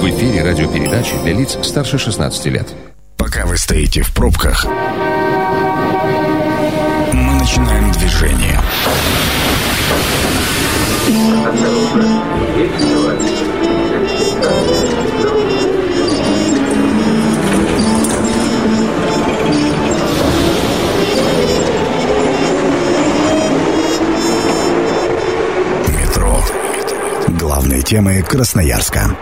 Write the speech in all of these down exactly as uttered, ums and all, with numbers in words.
В эфире радиопередачи для лиц старше шестнадцати лет. Пока вы стоите в пробках, мы начинаем движение. Метро. Главные темы Красноярска.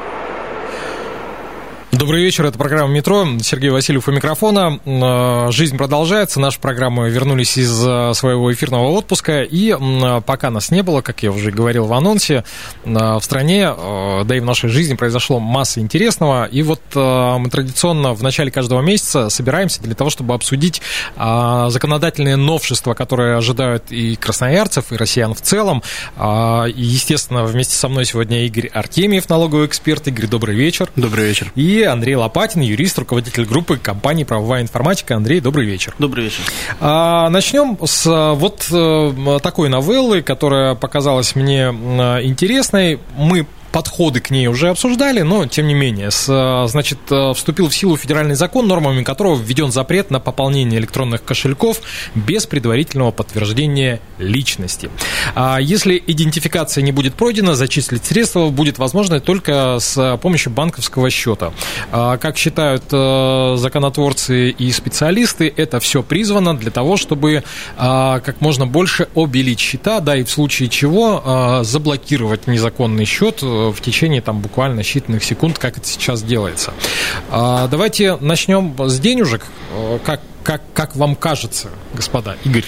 Добрый вечер, это программа «Метро». Сергей Васильев у микрофона. Жизнь продолжается. Наши программы вернулись из своего эфирного отпуска. И пока нас не было, как я уже говорил в анонсе, в стране, да и в нашей жизни произошло масса интересного. И вот мы традиционно в начале каждого месяца собираемся для того, чтобы обсудить законодательные новшества, которые ожидают и красноярцев, и россиян в целом. И, естественно, вместе со мной сегодня Игорь Артемьев, налоговый эксперт. Игорь, добрый вечер. Добрый вечер. И Андрей Лопатин, юрист, руководитель группы компании «Правовая информатика». Андрей, добрый вечер. Добрый вечер. А, начнем с вот такой новеллы, которая показалась мне интересной. Мы подходы к ней уже обсуждали, но, тем не менее, с, значит, вступил в силу федеральный закон, нормами которого введен запрет на пополнение электронных кошельков без предварительного подтверждения личности. А если идентификация не будет пройдена, зачислить средства будет возможно только с помощью банковского счета. А, как считают законотворцы и специалисты, это все призвано для того, чтобы а, как можно больше обелить счета, да, и в случае чего а, заблокировать незаконный счет в течение там буквально считанных секунд, как это сейчас делается. Давайте начнем с денежек. Как, как, как вам кажется, господа? Игорь?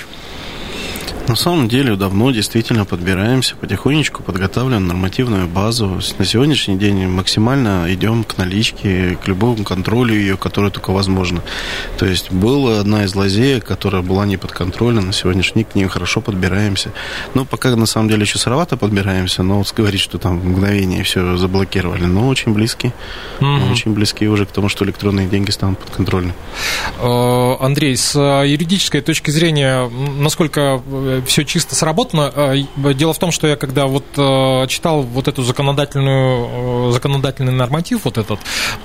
На самом деле давно действительно подбираемся, потихонечку подготавливаем нормативную базу. На сегодняшний день максимально идем к наличке, к любому контролю ее, который только возможно. То есть была одна из лазеек, которая была не подконтрольна, на сегодняшний день к ней хорошо подбираемся. Но пока на самом деле еще сыровато подбираемся, но вот говорить, что там в мгновение все заблокировали, но очень близки. Mm-hmm. Очень близки уже к тому, что электронные деньги станут подконтрольны. Андрей, с юридической точки зрения, насколько все чисто сработано? Дело в том, что я когда вот читал вот эту законодательную, законодательный норматив вот этот,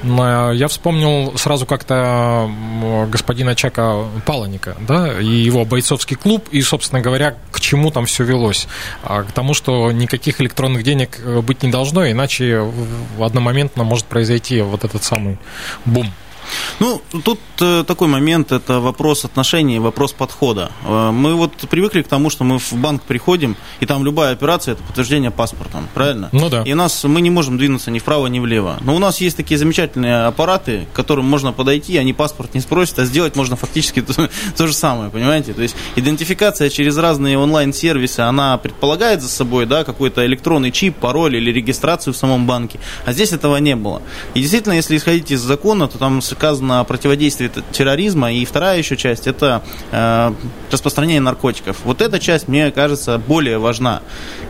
я вспомнил сразу как-то господина Чака Паланика, да, и его бойцовский клуб, и, собственно говоря, к чему там все велось? К тому, что никаких электронных денег быть не должно, иначе одномоментно может произойти вот этот самый бум. Ну, тут э, такой момент, это вопрос отношений, вопрос подхода. Э, мы вот привыкли к тому, что мы в банк приходим, и там любая операция – это подтверждение паспортом, правильно? Ну да. И у нас, мы не можем двинуться ни вправо, ни влево. Но у нас есть такие замечательные аппараты, к которым можно подойти, они паспорт не спросят, а сделать можно фактически то, то же самое, понимаете? То есть идентификация через разные онлайн-сервисы, она предполагает за собой, да, какой-то электронный чип, пароль или регистрацию в самом банке, а здесь этого не было. И действительно, если исходить из закона, то там сказано о противодействии терроризма, и вторая еще часть – это э, распространение наркотиков. Вот эта часть, мне кажется, более важна.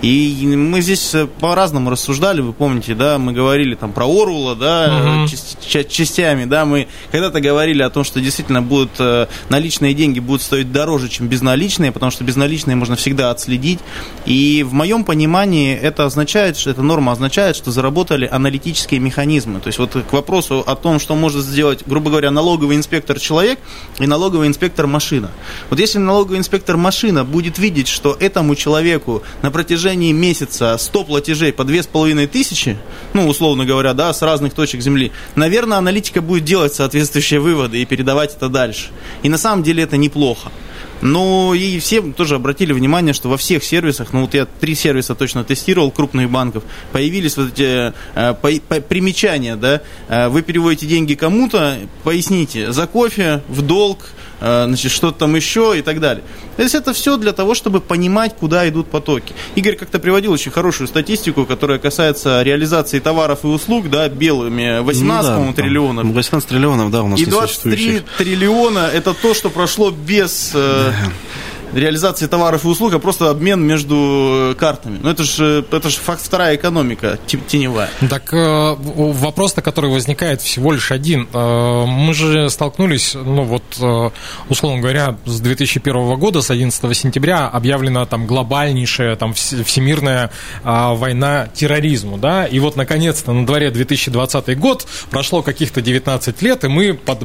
И мы здесь по-разному рассуждали, вы помните, да, мы говорили там про Оруэлла, да, uh-huh. часть, частями, да, мы когда-то говорили о том, что действительно будут э, наличные деньги будут стоить дороже, чем безналичные, потому что безналичные можно всегда отследить. И в моем понимании это означает, что эта норма означает, что заработали аналитические механизмы. То есть вот к вопросу о том, что может сделать, грубо говоря, налоговый инспектор человек и налоговый инспектор машина. Вот если налоговый инспектор машина будет видеть, что этому человеку на протяжении месяца сто платежей по две с половиной тысячи, ну, условно говоря, да, с разных точек земли, наверное, аналитика будет делать соответствующие выводы и передавать это дальше. И на самом деле это неплохо. Ну, и все тоже обратили внимание, что во всех сервисах, ну, вот я три сервиса точно тестировал, крупных банков, появились вот эти э, по, по, примечания, да, э, вы переводите деньги кому-то, поясните, за кофе, в долг, э, значит, что-то там еще и так далее. То есть это все для того, чтобы понимать, куда идут потоки. Игорь как-то приводил очень хорошую статистику, которая касается реализации товаров и услуг, да, белыми, восемнадцать ну, да, триллионов. восемнадцать триллионов, да, у нас и двадцать три триллиона – это то, что прошло без... Э, реализации товаров и услуг, а просто обмен между картами. Ну, это же это же вторая экономика, теневая. Так э, вопрос-то, который возникает, всего лишь один. Э, мы же столкнулись, ну вот, э, условно говоря, с две тысячи первого года, с одиннадцатого сентября, объявлена там глобальнейшая, там, всемирная э, война терроризму, да, и вот, наконец-то, на дворе две тысячи двадцатый год, прошло каких-то девятнадцать лет, и мы под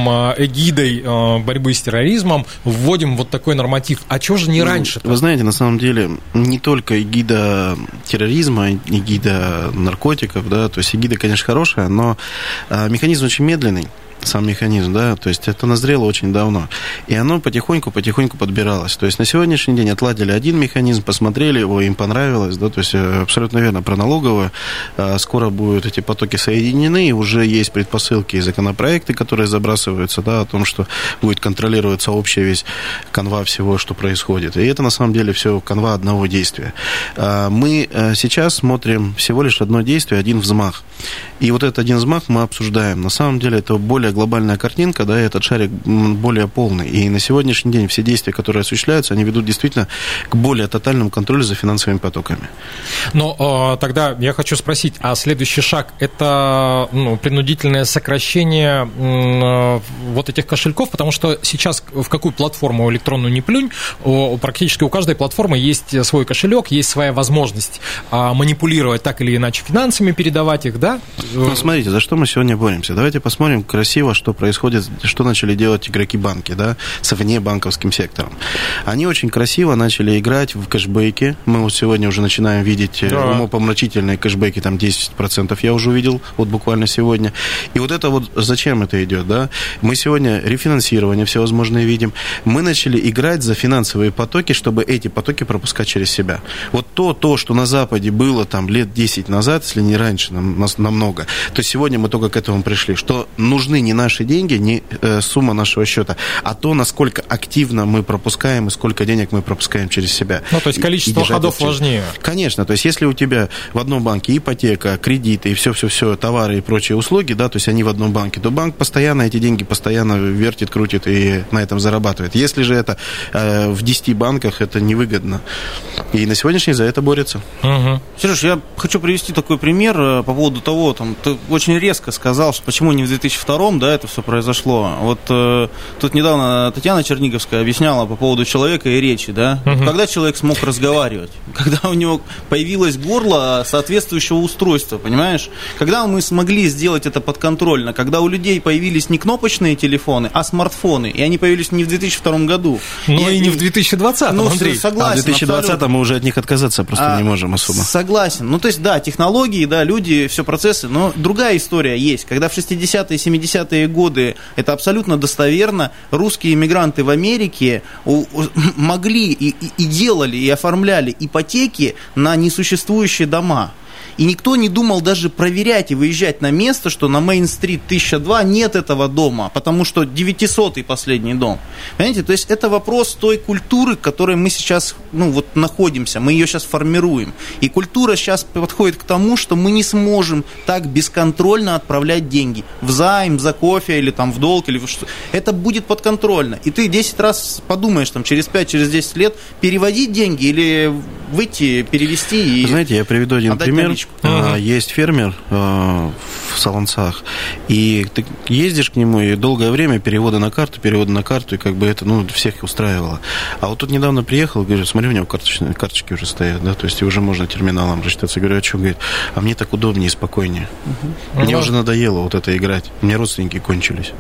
эгидой э, борьбы с терроризмом вводим вот такой норматив. А чего же не ну, раньше-то? Вы знаете, на самом деле, не только эгида терроризма, эгида наркотиков, да, то есть эгида, конечно, хорошая, но э, механизм очень медленный. Сам механизм, да, то есть это назрело очень давно. И оно потихоньку-потихоньку подбиралось. То есть на сегодняшний день отладили один механизм, посмотрели его, им понравилось, да, то есть абсолютно верно, про налоговую. Скоро будут эти потоки соединены, и уже есть предпосылки и законопроекты, которые забрасываются, да, о том, что будет контролироваться общая весь канва всего, что происходит. И это на самом деле все канва одного действия. Мы сейчас смотрим всего лишь одно действие, один взмах. И вот этот один взмах мы обсуждаем. На самом деле это более глобальная картинка, да, и этот шарик более полный. И на сегодняшний день все действия, которые осуществляются, они ведут действительно к более тотальному контролю за финансовыми потоками. Но э, тогда я хочу спросить, а следующий шаг – это ну, принудительное сокращение э, вот этих кошельков, потому что сейчас в какую платформу электронную не плюнь, о, практически у каждой платформы есть свой кошелек, есть своя возможность э, манипулировать так или иначе финансами, передавать их, да? Ну, смотрите, за что мы сегодня боремся. Давайте посмотрим красиво, что происходит, что начали делать игроки банки, да, с внебанковским сектором. Они очень красиво начали играть в кэшбэки. Мы вот сегодня уже начинаем видеть да. умопомрачительные кэшбэки, там десять процентов я уже увидел, вот буквально сегодня. И вот это вот зачем это идет, да? Мы сегодня рефинансирование всевозможные видим. Мы начали играть за финансовые потоки, чтобы эти потоки пропускать через себя. Вот то, то что на Западе было там лет десять назад, если не раньше, намного, то сегодня мы только к этому пришли, что нужны не наши деньги, не э, сумма нашего счета, а то, насколько активно мы пропускаем и сколько денег мы пропускаем через себя. Ну, то есть количество ходов важнее. Конечно, то есть если у тебя в одном банке ипотека, кредиты и все-все-все, товары и прочие услуги, да, то есть они в одном банке, то банк постоянно эти деньги постоянно вертит, крутит и на этом зарабатывает. Если же это э, в десяти банках, это невыгодно. И на сегодняшний день за это борются. Угу. Сереж, я хочу привести такой пример по поводу того, там, ты очень резко сказал, что почему не в две тысячи втором, да, это все произошло. Вот э, тут недавно Татьяна Черниговская объясняла по поводу человека и речи, да. Угу. Когда человек смог разговаривать? Когда у него появилось горло соответствующего устройства, понимаешь? Когда мы смогли сделать это подконтрольно? Когда у людей появились не кнопочные телефоны, а смартфоны, и они появились не в две тысячи втором году. Ну и, и не в две тысячи двадцатом, ну, Андрей. Согласен, а в две тысячи двадцатом абсолютно. Мы уже от них отказаться просто а, не можем особо. Согласен. Ну, то есть, да, технологии, да, люди, все процессы, но другая история есть. Когда в шестидесятые, семидесятые годы, это абсолютно достоверно, русские иммигранты в Америке у, у, могли и, и, и делали, и оформляли ипотеки на несуществующие дома. И никто не думал даже проверять и выезжать на место, что на Мейн-стрит тысяча два нет этого дома, потому что девятисотый последний дом. Понимаете, то есть это вопрос той культуры, в которой мы сейчас, ну, вот находимся, мы ее сейчас формируем. И культура сейчас подходит к тому, что мы не сможем так бесконтрольно отправлять деньги в займ, за кофе или там в долг, или что. Это будет подконтрольно. И ты десять раз подумаешь, там, через пять, через десять лет переводить деньги или выйти, перевести и... Знаете, я приведу один пример. Наличку. Uh-huh. Есть фермер э, в Солонцах, и ты ездишь к нему, и долгое время переводы на карту, переводы на карту, и как бы это, ну, всех устраивало. А вот тут недавно приехал, говорю, смотри, у него карточные, карточки уже стоят, да, то есть уже можно терминалом рассчитаться. Я говорю, а что? Говорит, а мне так удобнее и спокойнее. Uh-huh. Мне uh-huh. уже надоело вот это играть. У меня родственники кончились.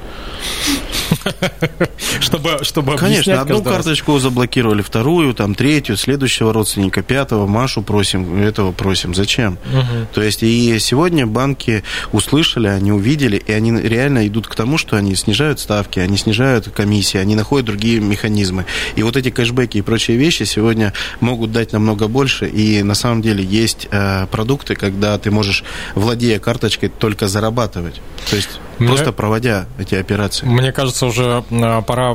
Чтобы, чтобы Конечно, одну карточку заблокировали, вторую, там, третью, следующего родственника, пятого, Машу просим, этого просим. Зачем? Угу. То есть, и сегодня банки услышали, они увидели, и они реально идут к тому, что они снижают ставки, они снижают комиссии, они находят другие механизмы. И вот эти кэшбэки и прочие вещи сегодня могут дать намного больше, и на самом деле есть э, продукты, когда ты можешь, владея карточкой, только зарабатывать. То есть... просто Мне... проводя эти операции. Мне кажется, уже пора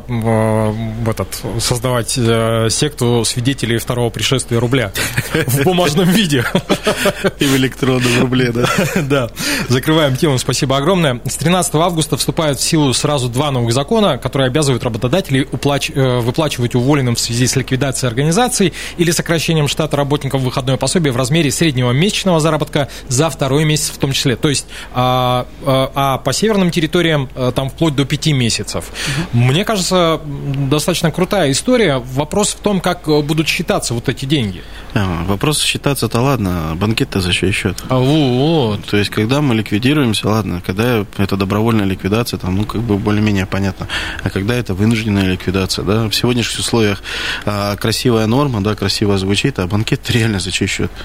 в этот, создавать секту свидетелей второго пришествия рубля в бумажном виде. И в электронном рубле, да. Да. Закрываем тему. Спасибо огромное. С тринадцатого августа вступают в силу сразу два новых закона, которые обязывают работодателей уплач... выплачивать уволенным в связи с ликвидацией организации или сокращением штата работников выходное пособие в размере среднего месячного заработка за второй месяц в том числе. То есть, а, а, а по северным территориям там вплоть до пяти месяцев. Угу. Мне кажется, достаточно крутая история. Вопрос в том, как будут считаться вот эти деньги. А, вопрос считаться-то ладно, банкет-то за чей счет? А, вот. То есть, когда мы ликвидируемся, ладно, когда это добровольная ликвидация, там, ну, как бы более-менее понятно. А когда это вынужденная ликвидация, да, в сегодняшних условиях а, красивая норма, да, красиво звучит, а банкет реально за чей счет?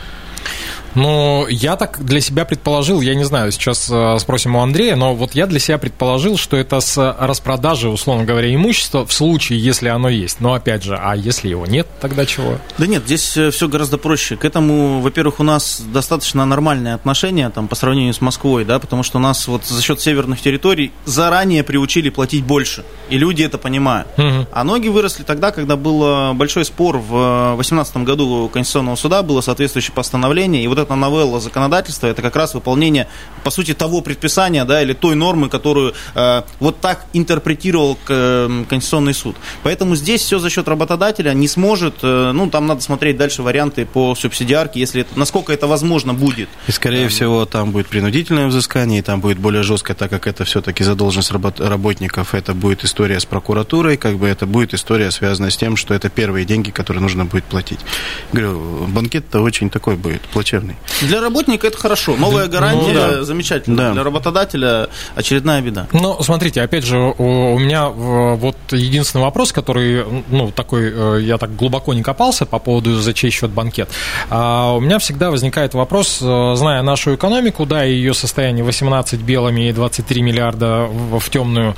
Ну, я так для себя предположил, я не знаю, сейчас спросим у Андрея, но вот я для себя предположил, что это с распродажи, условно говоря, имущества в случае, если оно есть. Но опять же, а если его нет, тогда чего? Да нет, здесь все гораздо проще. К этому, во-первых, у нас достаточно нормальные отношения там, по сравнению с Москвой, да, потому что у нас вот за счет северных территорий заранее приучили платить больше, и люди это понимают. Угу. А ноги выросли тогда, когда был большой спор в две тысячи восемнадцатом году у Конституционного суда, было соответствующее постановление, и вот эта новелла законодательства, это как раз выполнение, по сути, того предписания, да, или той нормы, которую э, вот так интерпретировал э, Конституционный суд. Поэтому здесь все за счет работодателя не сможет, э, ну, там надо смотреть дальше варианты по субсидиарке, если это, насколько это возможно будет. И, скорее там, всего, там будет принудительное взыскание, и там будет более жестко, так как это все-таки задолженность работников, это будет история с прокуратурой, как бы это будет история, связанная с тем, что это первые деньги, которые нужно будет платить. Говорю, банкет-то очень такой будет, плачевный. Для работника это хорошо. Новая гарантия, ну, да. замечательно. Да. Для работодателя очередная беда. Ну, смотрите, опять же, у меня вот единственный вопрос, который, ну, такой, я так глубоко не копался по поводу, за чей счет банкет. А у меня всегда возникает вопрос, зная нашу экономику, да, и ее состояние восемнадцать белыми и двадцать три миллиарда в, в темную,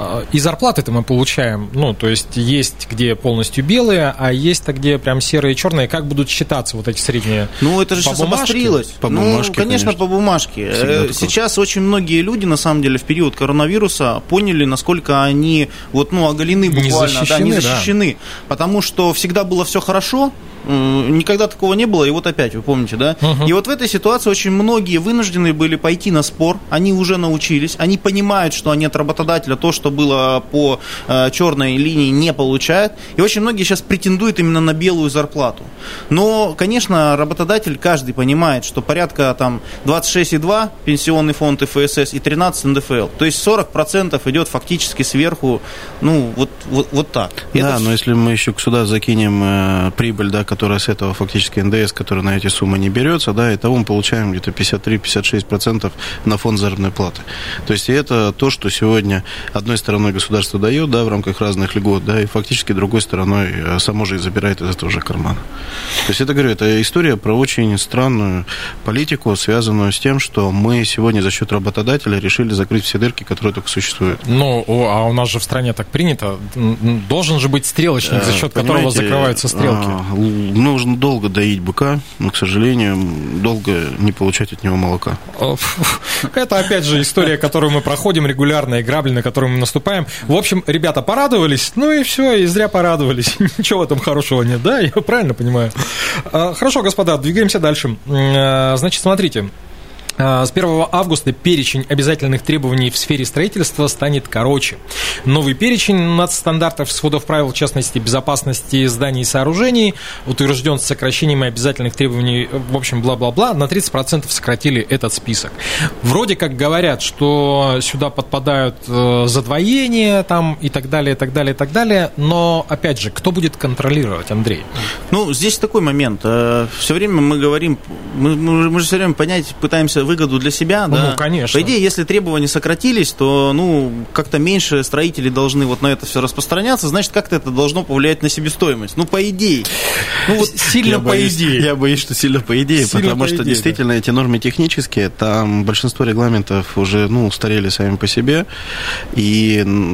и зарплаты-то мы получаем, ну, то есть есть где полностью белые, а есть-то где прям серые и черные. Как будут считаться вот эти средние? Ну, это же сейчас обострилось. По ну, бумажке, конечно, конечно, по бумажке. Всегда сейчас такое. Очень многие люди, на самом деле, в период коронавируса поняли, насколько они вот, ну, оголены буквально, не защищены, да, не защищены. Да. Потому что всегда было все хорошо, никогда такого не было, и вот опять, вы помните, да? Uh-huh. И вот в этой ситуации очень многие вынуждены были пойти на спор, они уже научились, они понимают, что они от работодателя то, что было по э, черной линии, не получают, и очень многие сейчас претендуют именно на белую зарплату. Но, конечно, работодатель, каждый понимает, что порядка там двадцать шесть целых два десятых пенсионный фонд эф эс эс и тринадцать эн дэ эф эл, то есть сорок процентов идет фактически сверху, ну, вот, вот, вот так. Да, это... но если мы еще сюда закинем э, прибыль, да, которая с этого фактически эн дэ эс, который на эти суммы не берется, да, и того мы получаем где-то пятьдесят три - пятьдесят шесть процентов на фонд заработной платы. То есть это то, что сегодня одной стороной государство дает, да, в рамках разных льгот, да, и фактически другой стороной само же и забирает из этого же кармана. То есть это, говорю, это история про очень странную политику, связанную с тем, что мы сегодня за счет работодателя решили закрыть все дырки, которые только существуют. Ну, а у нас же в стране так принято. Должен же быть стрелочник, за счет которого закрываются стрелки. Нужно долго доить быка, но, к сожалению, долго не получать от него молока. Это, опять же, история, которую мы проходим регулярно, и грабли, на которую мы наступаем. В общем, ребята порадовались, ну и все, и зря порадовались. Ничего в этом хорошего нет, да? Я правильно понимаю? Хорошо, господа, двигаемся дальше. Значит, смотрите. С первого августа перечень обязательных требований в сфере строительства станет короче. Новый перечень нацстандартов, сводов правил, в частности, безопасности зданий и сооружений, утвержден с сокращением обязательных требований, в общем, бла-бла-бла, на тридцать процентов сократили этот список. Вроде как говорят, что сюда подпадают задвоения там, и так далее, и так далее, и так далее, но, опять же, кто будет контролировать, Андрей? Ну, здесь такой момент. Все время мы говорим, мы, мы же все время понять, пытаемся выгоду для себя, ну, да. Ну, конечно. По идее, если требования сократились, то, ну, как-то меньше строители должны вот на это все распространяться, значит, как-то это должно повлиять на себестоимость. Ну, по идее. Ну, вот сильно я по боюсь, идее. Я боюсь, что сильно по идее, сильно потому по что идее, действительно да. Эти нормы технические, там большинство регламентов уже, ну, устарели сами по себе, и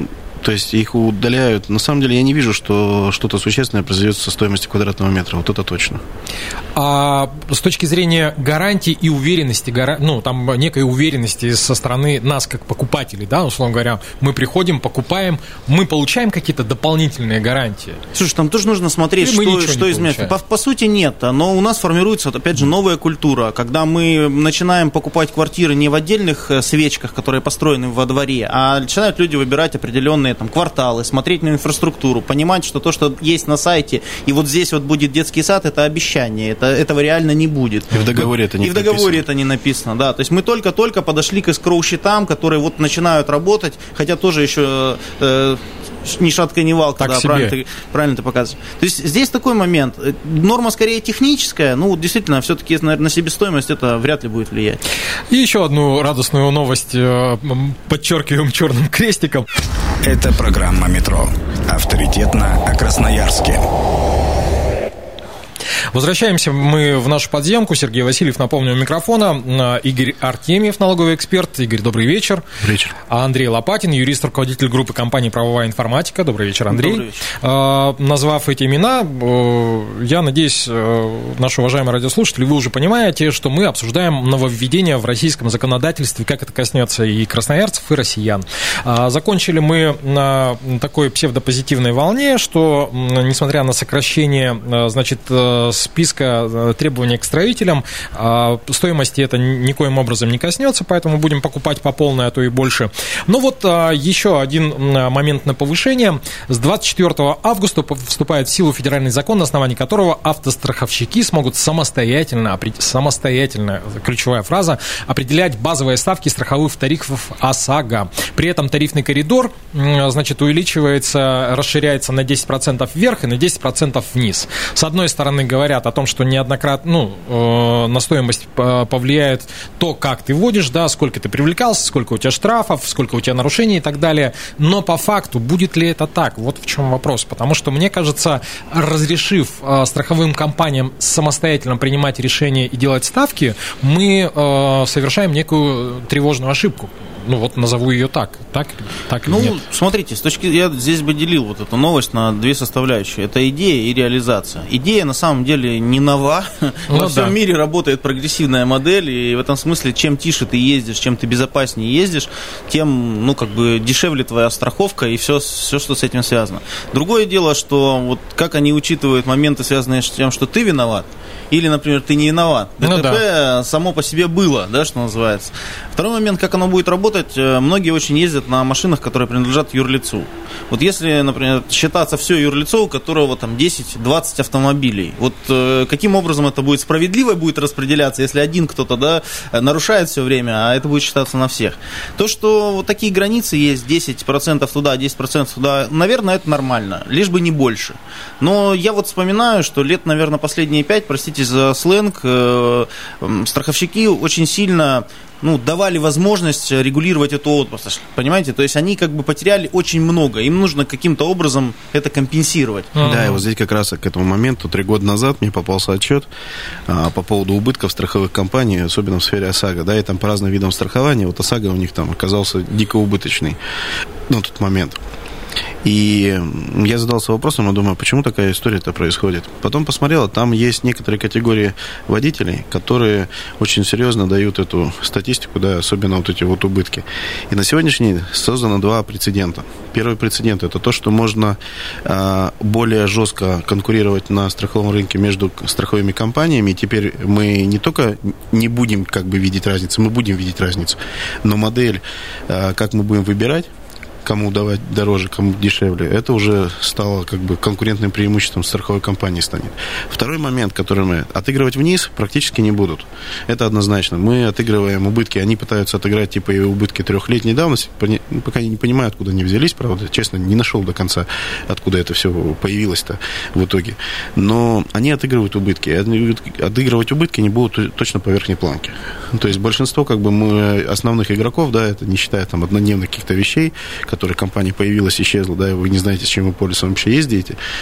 То есть их удаляют. На самом деле я не вижу, что что-то существенное произойдет со стоимостью квадратного метра. Вот это точно. А с точки зрения гарантии и уверенности, ну, там некой уверенности со стороны нас, как покупателей, да, условно говоря, мы приходим, покупаем, мы получаем какие-то дополнительные гарантии? Слушай, там тоже нужно смотреть, что, что изменяется. По, по сути, нет, но у нас формируется, опять же, новая культура, когда мы начинаем покупать квартиры не в отдельных свечках, которые построены во дворе, а начинают люди выбирать определенные там кварталы, смотреть на инфраструктуру, понимать, что то, что есть на сайте, и вот здесь вот будет детский сад, это обещание, это, этого реально не будет. И в договоре это не И в договоре это не написано, да. То есть мы только-только подошли к эскроу-счетам, которые вот начинают работать, хотя тоже еще э, ни шатка, ни валка, да, правильно ты, правильно ты показываешь. То есть здесь такой момент. Норма скорее техническая, ну, действительно, все-таки, наверное, на себестоимость это вряд ли будет влиять. И еще одну радостную новость подчеркиваем черным крестиком. Это программа «Метро». Авторитетно о Красноярске. Возвращаемся мы в нашу подземку. Сергей Васильев, напомню, у микрофона. Игорь Артемьев, налоговый эксперт. Игорь, добрый вечер. Вечер. Андрей Лопатин, юрист, руководитель группы компании «Правовая информатика». Добрый вечер, Андрей. Добрый вечер. А, назвав эти имена, я надеюсь, наши уважаемые радиослушатели, вы уже понимаете, что мы обсуждаем нововведения в российском законодательстве, как это коснется и красноярцев, и россиян. А, закончили мы на такой псевдопозитивной волне, что, несмотря на сокращение, значит, списка требований к строителям, стоимости это никоим образом не коснется, поэтому будем покупать по полной, а то и больше. Но вот еще один момент на повышение. С двадцать четвёртого августа вступает в силу федеральный закон, на основании которого автостраховщики смогут самостоятельно, самостоятельно, ключевая фраза, определять базовые ставки страховых тарифов ОСАГО. При этом тарифный коридор, значит, увеличивается, расширяется на десять процентов вверх и на десять процентов вниз. С одной стороны, говорят о том, что неоднократно, ну, э, на стоимость повлияет то, как ты водишь, да, сколько ты привлекался, сколько у тебя штрафов, сколько у тебя нарушений и так далее. Но по факту будет ли это так? Вот в чем вопрос. Потому что, мне кажется, разрешив э, страховым компаниям самостоятельно принимать решения и делать ставки, мы э, совершаем некую тревожную ошибку. Ну, вот назову ее так. Так, так ну, или нет? Смотрите, с точки я здесь бы делил вот эту новость на две составляющие. Это идея и реализация. Идея, на самом деле, не нова. Ну, Во да. всем мире работает прогрессивная модель, и в этом смысле, чем тише ты ездишь, чем ты безопаснее ездишь, тем, ну, как бы дешевле твоя страховка и все, все, что с этим связано. Другое дело, что вот как они учитывают моменты, связанные с тем, что ты виноват, или, например, ты не виноват. ДТП ну, да. само по себе было, да, что называется. Второй момент, как оно будет работать, многие очень ездят на машинах, которые принадлежат юрлицу. Вот если, например, считаться все юрлицо, у которого там десять-двадцать автомобилей, вот э, каким образом это будет справедливо будет распределяться, если один кто-то, да, нарушает все время, а это будет считаться на всех. То, что вот такие границы есть, десять процентов туда, десять процентов туда, наверное, это нормально, лишь бы не больше. Но я вот вспоминаю, что лет, наверное, последние пять, простите за сленг, э, э, страховщики очень сильно... ну, давали возможность регулировать эту отрасль, понимаете? То есть они как бы потеряли очень много, им нужно каким-то образом это компенсировать. Mm-hmm. Да, и вот здесь как раз к этому моменту, три года назад мне попался отчет а, по поводу убытков страховых компаний, особенно в сфере ОСАГО, да, и там по разным видам страхования, вот ОСАГО у них там оказался дико убыточный на тот момент. И я задался вопросом, я думаю, почему такая история-то происходит. Потом посмотрел, там есть некоторые категории водителей, которые очень серьезно дают эту статистику, да, особенно вот эти вот убытки. И на сегодняшний день создано два прецедента. Первый прецедент – это то, что можно а, более жестко конкурировать на страховом рынке между страховыми компаниями. И теперь мы не только не будем как бы видеть разницу, мы будем видеть разницу, но модель, а, как мы будем выбирать, кому давать дороже, кому дешевле, это уже стало как бы конкурентным преимуществом страховой компании станет. Второй момент, который мы отыгрывать вниз практически не будут. Это однозначно. Мы отыгрываем убытки, они пытаются отыграть типа и убытки трехлетней давности, пока я не понимаю, откуда они взялись, правда, честно, не нашел до конца, откуда это все появилось-то в итоге. Но они отыгрывают убытки. Отыгрывать убытки не будут точно по верхней планке. То есть большинство как бы мы, основных игроков, да, это не считая там однодневных каких-то вещей, которая компания появилась, исчезла, да, и вы не знаете, с чем вы полисом вообще ездите,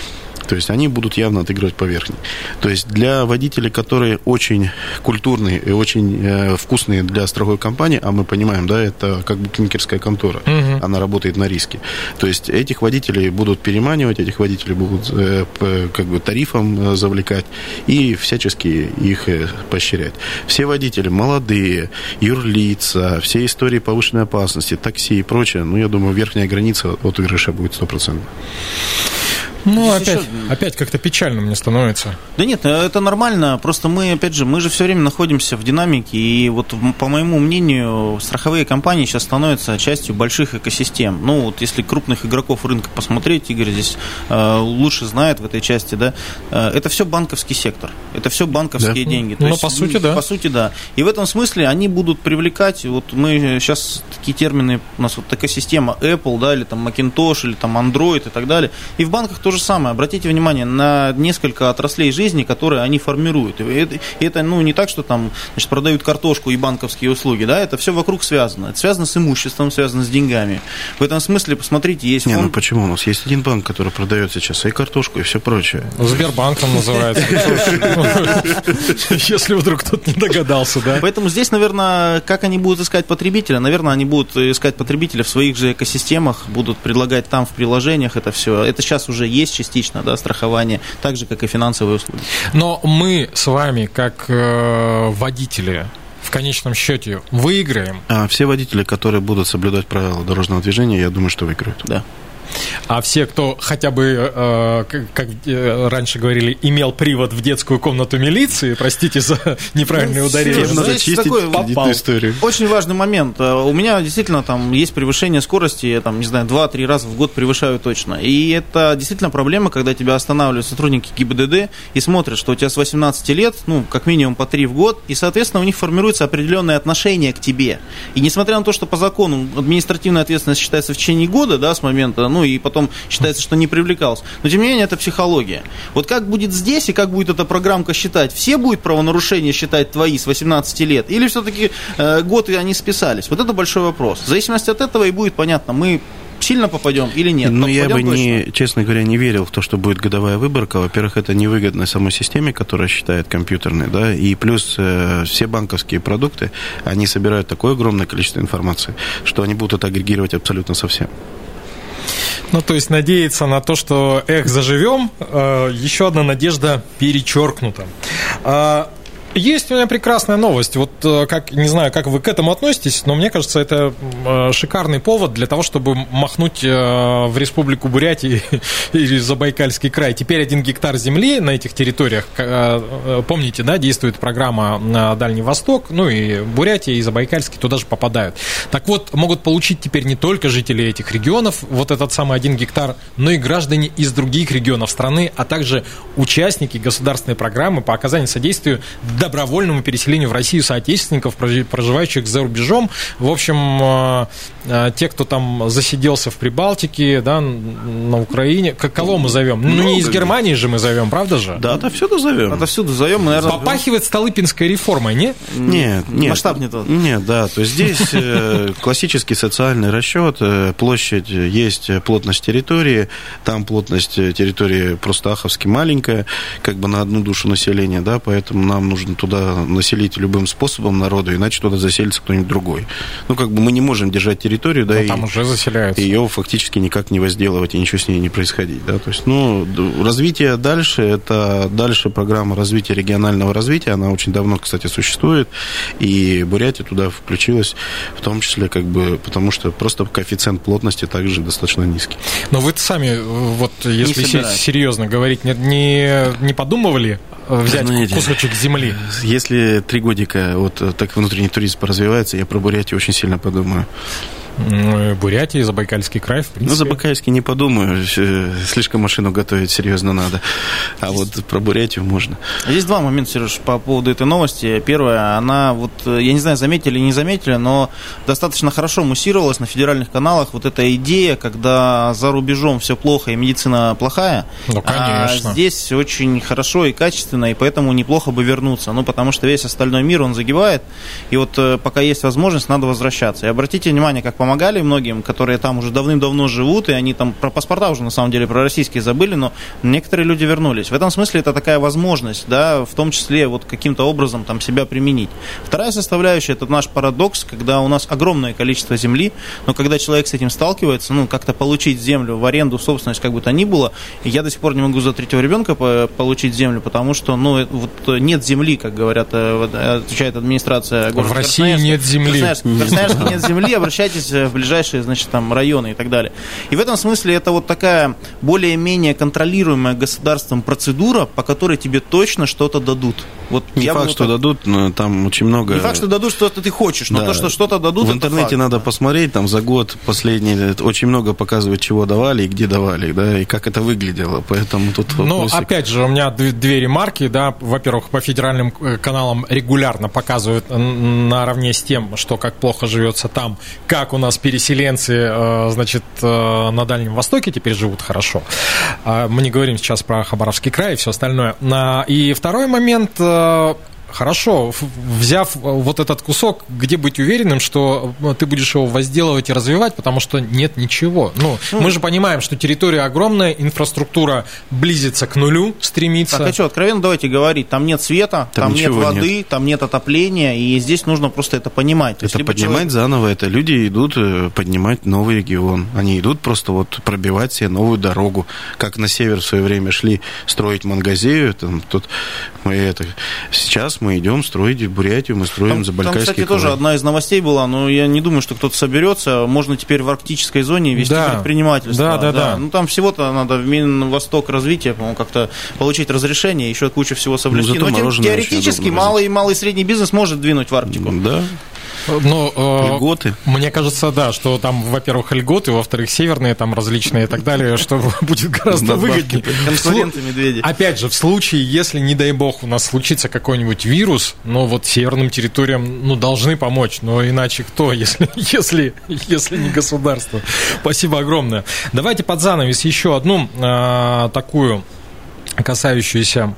То есть они будут явно отыгрывать по верхней. То есть для водителей, которые очень культурные и очень э, вкусные для страховой компании, а мы понимаем, да, это как букмекерская контора, угу. Она работает на риске. То есть этих водителей будут переманивать, этих водителей будут э, по, как бы тарифом завлекать и всячески их э, поощрять. Все водители молодые, юрлица, все истории повышенной опасности, такси и прочее, ну, я думаю, верхняя граница отыгрыша будет сто процентов. Ну, опять, еще... опять как-то печально мне становится. Да нет, это нормально, просто мы, опять же, мы же все время находимся в динамике, и вот, по моему мнению, страховые компании сейчас становятся частью больших экосистем. Ну, вот если крупных игроков рынка посмотреть, Игорь здесь э, лучше знает в этой части, да, э, это все банковский сектор, это все банковские да. деньги. То ну, есть, по сути, да. По сути, да. И в этом смысле они будут привлекать, вот мы сейчас такие термины, у нас вот экосистема Apple, да, или там Macintosh, или там Android и так далее, и в банках тоже то же самое. Обратите внимание на несколько отраслей жизни, которые они формируют. И это, и это ну, не так, что там значит, продают картошку и банковские услуги. Да? Это все вокруг связано. Это связано с имуществом, связано с деньгами. В этом смысле, посмотрите, есть Не, фонд... ну почему? У нас есть один банк, который продает сейчас и картошку, и все прочее. Сбербанк он называется. Если вдруг кто-то не догадался, да? Поэтому здесь, наверное, как они будут искать потребителя? Наверное, они будут искать потребителя в своих же экосистемах, будут предлагать там в приложениях это все. Это сейчас уже есть частично, да, страхование, так же, как и финансовые услуги. Но мы с вами, как э, водители, в конечном счете выиграем. А все водители, которые будут соблюдать правила дорожного движения, я думаю, что выиграют. Да. А все, кто хотя бы, э, как э, раньше говорили, имел привод в детскую комнату милиции, простите за неправильное ну, ударение, надо да? чистить кредитную историю. Очень важный момент. У меня действительно там есть превышение скорости, я там, не знаю, два-три раза в год превышаю точно. И это действительно проблема, когда тебя останавливают сотрудники ГИБДД и смотрят, что у тебя с восемнадцати лет, ну, как минимум по три в год, и, соответственно, у них формируется определенное отношение к тебе. И несмотря на то, что по закону административная ответственность считается в течение года, да, с момента, ну, и потом считается, что не привлекался. Но, тем не менее, это психология. Вот как будет здесь и как будет эта программка считать? Все будет правонарушения считать твои с восемнадцати лет? Или все-таки э, год и они списались? Вот это большой вопрос. В зависимости от этого и будет понятно, мы сильно попадем или нет. Ну, я бы, не, точно? честно говоря, не верил в то, что будет годовая выборка. Во-первых, это невыгодно самой системе, которая считает компьютерной, да, и плюс э, все банковские продукты, они собирают такое огромное количество информации, что они будут это агрегировать абсолютно со всем. Ну, то есть надеяться на то, что эх, заживем, э, еще одна надежда перечеркнута. Э, Есть у меня прекрасная новость. Вот как, не знаю, как вы к этому относитесь, но мне кажется, это шикарный повод для того, чтобы махнуть в Республику Бурятия или Забайкальский край. Теперь один гектар земли на этих территориях, помните, да, действует программа на Дальний Восток, ну и Бурятия, и Забайкальский туда же попадают. Так вот, могут получить теперь не только жители этих регионов вот этот самый один гектар, но и граждане из других регионов страны, а также участники государственной программы по оказанию содействия добровольному переселению в Россию соотечественников, проживающих за рубежом. В общем, те, кто там засиделся в Прибалтике, да, на Украине, кого мы зовем? Ну, не из Германии же мы зовем, правда же? Да, отовсюду зовем. Отовсюду зовем, наверное. Попахивает Столыпинской реформой, не? Нет, нет. Масштаб не тот. Нет, да, то есть здесь классический социальный расчет, площадь, есть плотность территории, там плотность территории просто аховски маленькая, как бы на одну душу населения, да, поэтому нам нужно туда населить любым способом народу, иначе туда заселится кто-нибудь другой. Ну, как бы мы не можем держать территорию, да, но там и уже заселяются. Ее фактически никак не возделывать и ничего с ней не происходить, да, то есть, ну, развитие дальше, это дальше программа развития регионального развития, она очень давно, кстати, существует, и Бурятия туда включилась, в том числе, как бы, потому что просто коэффициент плотности также достаточно низкий. Но вы сами, вот, если серьезно говорить, не, не, не подумывали взять Знаете, кусочек земли? Если три годика вот так внутренний туризм развивается, я про Бурятию очень сильно подумаю. Бурятия и Забайкальский край, в принципе. Ну, Забайкальский не подумаю, слишком машину готовить серьезно надо. А вот про Бурятию можно. Здесь два момента, Сереж, по поводу этой новости. Первое, она, вот, я не знаю, заметили или не заметили, но достаточно хорошо муссировалась на федеральных каналах вот эта идея, когда за рубежом все плохо и медицина плохая. Ну, конечно. А здесь очень хорошо и качественно, и поэтому неплохо бы вернуться. Ну, потому что весь остальной мир, он загибает, и вот пока есть возможность, надо возвращаться. И обратите внимание, как помогали многим, которые там уже давным-давно живут, и они там про паспорта уже, на самом деле, про российские забыли, но некоторые люди вернулись. В этом смысле это такая возможность, да, в том числе вот каким-то образом там себя применить. Вторая составляющая – это наш парадокс, когда у нас огромное количество земли, но когда человек с этим сталкивается, ну, как-то получить землю в аренду, в собственность, как бы то ни было, я до сих пор не могу за третьего ребенка получить землю, потому что, ну, вот нет земли, как говорят, отвечает администрация города. В России нет земли. В Красноярске нет земли, обращайтесь в ближайшие, значит, там, районы и так далее. И в этом смысле это вот такая более-менее контролируемая государством процедура, по которой тебе точно что-то дадут. Вот не факт, что так... дадут, но там очень много... Не факт, что дадут, что ты хочешь, но да. то, что что-то дадут, в интернете факт, надо да. посмотреть, там за год последний очень много показывает, чего давали и где давали, да, и как это выглядело, поэтому тут... Ну, вопросик. Опять же, у меня две ремарки, да, во-первых, по федеральным каналам регулярно показывают наравне с тем, что как плохо живется там, как у нас переселенцы, значит, на Дальнем Востоке теперь живут хорошо. Мы не говорим сейчас про Хабаровский край и все остальное. И второй момент... Хорошо, взяв вот этот кусок, где быть уверенным, что ты будешь его возделывать и развивать, потому что нет ничего. Ну, ну мы же понимаем, что территория огромная, инфраструктура близится к нулю, стремится. Так, а что, откровенно давайте говорить, там нет света, там, там нет воды, нет. там нет отопления, и здесь нужно просто это понимать. Это есть, поднимать человек... заново, это люди идут поднимать новый регион. Они идут просто вот пробивать себе новую дорогу. Как на север в свое время шли строить Мангазею, там, тут мы это... Сейчас мы идем строить Бурятию, мы строим там, Забайкальский Там, кстати, край. тоже одна из новостей была, но я не думаю, что кто-то соберется. Можно теперь в арктической зоне вести да. предпринимательство. Да, да, да, да. Ну, там всего-то надо в Минвосток развития, по-моему, как-то получить разрешение, еще кучу всего соблюсти. Ну, но теоретически малый и малый и средний бизнес может двинуть в Арктику. Да. Ну, э, льготы. Мне кажется, да, что там, во-первых, льготы, во-вторых, северные там различные и так далее, что будет гораздо выгоднее. Конкуренты медведи. Опять же, в случае, если, не дай бог, у нас случится какой-нибудь вирус, ну, вот северным территориям, ну, должны помочь, но иначе кто, если, если, если не государство? Спасибо огромное. Давайте под занавес еще одну э, такую... касающиеся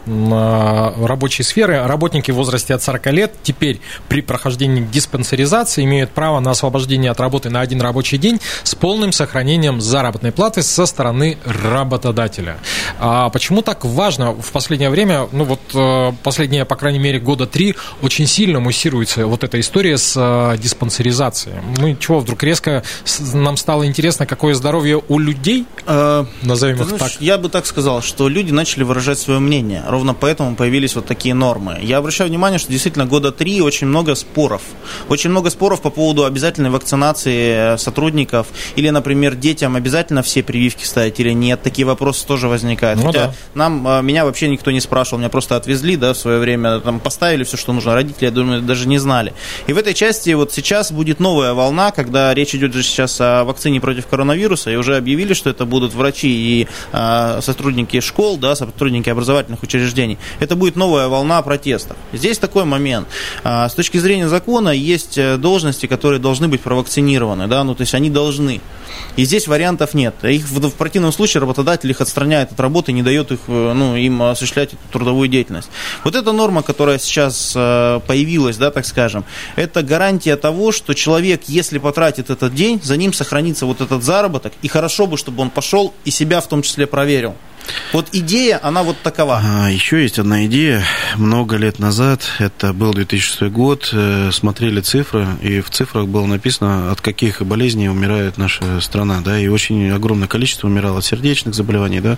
рабочей сферы. Работники в возрасте от сорока лет теперь при прохождении диспансеризации имеют право на освобождение от работы на один рабочий день с полным сохранением заработной платы со стороны работодателя. А почему так важно? В последнее время, ну вот последние, по крайней мере, года три, очень сильно муссируется вот эта история с диспансеризацией. Ну чего, вдруг резко нам стало интересно, какое здоровье у людей? А, Назовем их знаешь, так. Я бы так сказал, что люди начали выражать свое мнение. Ровно поэтому появились вот такие нормы. Я обращаю внимание, что действительно года три очень много споров. Очень много споров по поводу обязательной вакцинации сотрудников. Или, например, детям обязательно все прививки ставить или нет. Такие вопросы тоже возникают. Ну, Хотя да. нам, меня вообще никто не спрашивал. Меня просто отвезли, да, в свое время. Там поставили все, что нужно. Родители, я думаю, даже не знали. И в этой части вот сейчас будет новая волна, когда речь идет же сейчас о вакцине против коронавируса. И уже объявили, что это будут врачи и а, сотрудники школ, да, сотрудники образовательных учреждений. Это будет новая волна протестов. Здесь такой момент. С точки зрения закона есть должности, которые должны быть провакцинированы, да, ну, то есть они должны. И здесь вариантов нет. Их в, в противном случае работодатель их отстраняет от работы, не дает их, ну, им осуществлять эту трудовую деятельность. Вот эта норма, которая сейчас появилась, да, так скажем, это гарантия того, что человек, если потратит этот день, за ним сохранится вот этот заработок, и хорошо бы, чтобы он пошел и себя в том числе проверил. Вот идея, она вот такова. А, еще есть одна идея. Много лет назад, это был две тысячи шестой год, смотрели цифры, и в цифрах было написано, от каких болезней умирает наша страна, да, и очень огромное количество умирало от сердечных заболеваний, да,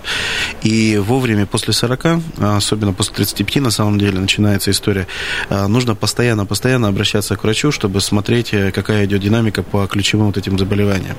и вовремя после сорока, особенно после тридцати пяти, на самом деле, начинается история, нужно постоянно-постоянно обращаться к врачу, чтобы смотреть, какая идет динамика по ключевым вот этим заболеваниям.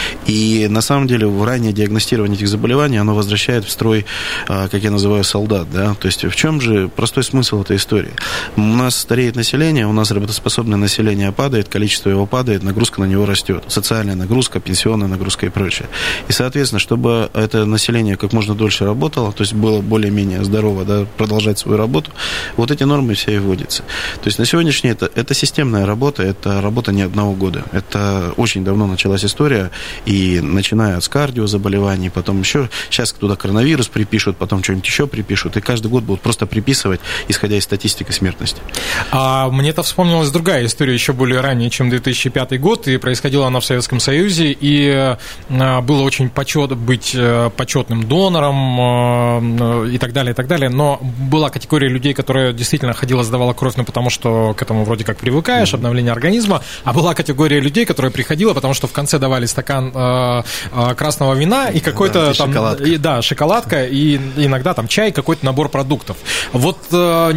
И на самом деле раннее диагностирование этих заболеваний, оно возвращает в строй, как я называю, солдат, да, то есть в чем же простой смысл этой истории? У нас стареет население, у нас работоспособное население падает, количество его падает, нагрузка на него растет, социальная нагрузка, пенсионная нагрузка и прочее. И, соответственно, чтобы это население как можно дольше работало, то есть было более-менее здорово, да, продолжать свою работу, вот эти нормы все и вводятся. То есть на сегодняшний это, это системная работа, это работа не одного года, это очень давно началась история, и начиная от кардиозаболеваний, потом еще, сейчас туда коронавирус коронавирус припишут, потом что-нибудь еще припишут, и каждый год будут просто приписывать, исходя из статистики смертности. А мне-то вспомнилась другая история, еще более ранее, чем две тысячи пятый год, и происходила она в Советском Союзе, и было очень почет быть почетным донором и так далее, и так далее, но была категория людей, которая действительно ходила, сдавала кровь, ну, потому что к этому вроде как привыкаешь, mm-hmm. обновление организма, а была категория людей, которая приходила, потому что в конце давали стакан э, э, красного вина и какой-то да, там... Шоколадка. И, да, шоколадка, и иногда там чай, какой-то набор продуктов. Вот э,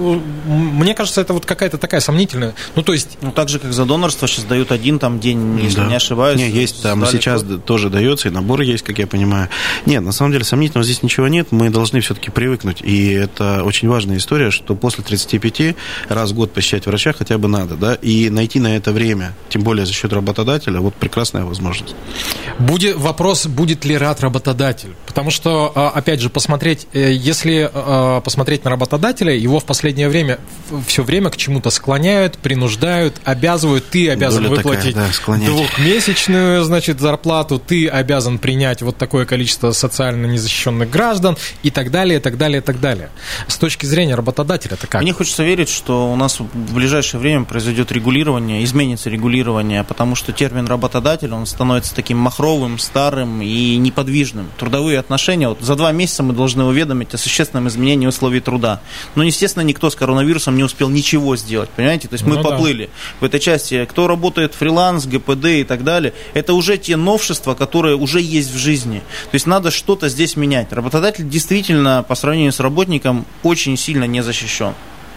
мне кажется, это вот какая-то такая сомнительная, ну, то есть... Ну, так же, как за донорство сейчас дают один там день, если да. не ошибаюсь. Не, есть, там сейчас код. Тоже дается, и набор есть, как я понимаю. Нет, на самом деле, сомнительного здесь ничего нет, мы должны все-таки привыкнуть, и это очень важная история, что после тридцати пяти раз в год посещать врача хотя бы надо, да, и найти на это время, тем более за счет работодателя, вот прекрасная возможность. Будет вопрос, будет ли рад работодатель, потому что, опять же, посмотреть, если посмотреть на работодателя, его в последнее время все время к чему-то склоняют, принуждают, обязывают, ты обязан Доля выплатить такая, да, двухмесячную, значит, зарплату, ты обязан принять вот такое количество социально незащищенных граждан и так далее, и так далее, и так далее. С точки зрения работодателя, это как? Мне хочется верить, что у нас в ближайшее время произойдет регулирование, изменится регулирование, потому что термин работодатель, он становится таким махровым, старым и неподвижным. Трудовые отношения, вот за два месяца мы должны уведомить о существенном изменении условий труда. Но, естественно, никто с коронавирусом не успел ничего сделать, понимаете? То есть мы ну, поплыли да. в этой части. Кто работает фриланс, ГПД и так далее, это уже те новшества, которые уже есть в жизни. То есть надо что-то здесь менять. Работодатель действительно, по сравнению с работником, очень сильно не защищен.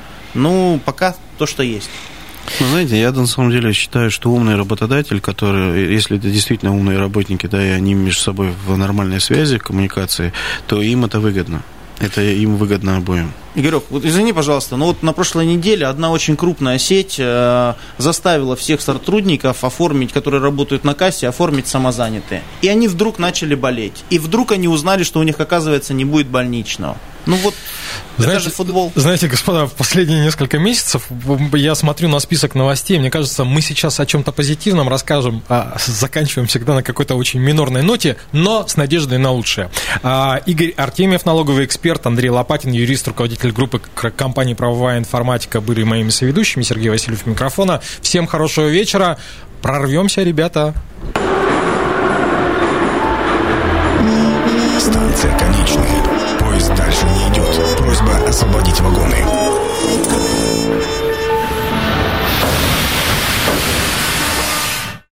Ну, пока то, что есть. Ну, знаете, я на самом деле считаю, что умный работодатель, который, если это действительно умные работники, да, и они между собой в нормальной связи, коммуникации, то им это выгодно. Это им выгодно обоим. Игорек, вот извини, пожалуйста, но вот на прошлой неделе одна очень крупная сеть э, заставила всех сотрудников оформить, которые работают на кассе, оформить самозанятые. И они вдруг начали болеть. И вдруг они узнали, что у них, оказывается, не будет больничного. Ну вот, знаете, это же футбол. Знаете, господа, в последние несколько месяцев я смотрю на список новостей, мне кажется, мы сейчас о чем-то позитивном расскажем, а заканчиваем всегда на какой-то очень минорной ноте, но с надеждой на лучшее. А, Игорь Артемьев, налоговый эксперт, Андрей Лопатин, юрист, руководитель группы компании «Правовая информатика» были моими соведущими, Сергей Васильев у микрофона. Всем хорошего вечера, прорвемся, ребята. Станция конечная. Поезд дальше не идет. Просьба освободить вагоны.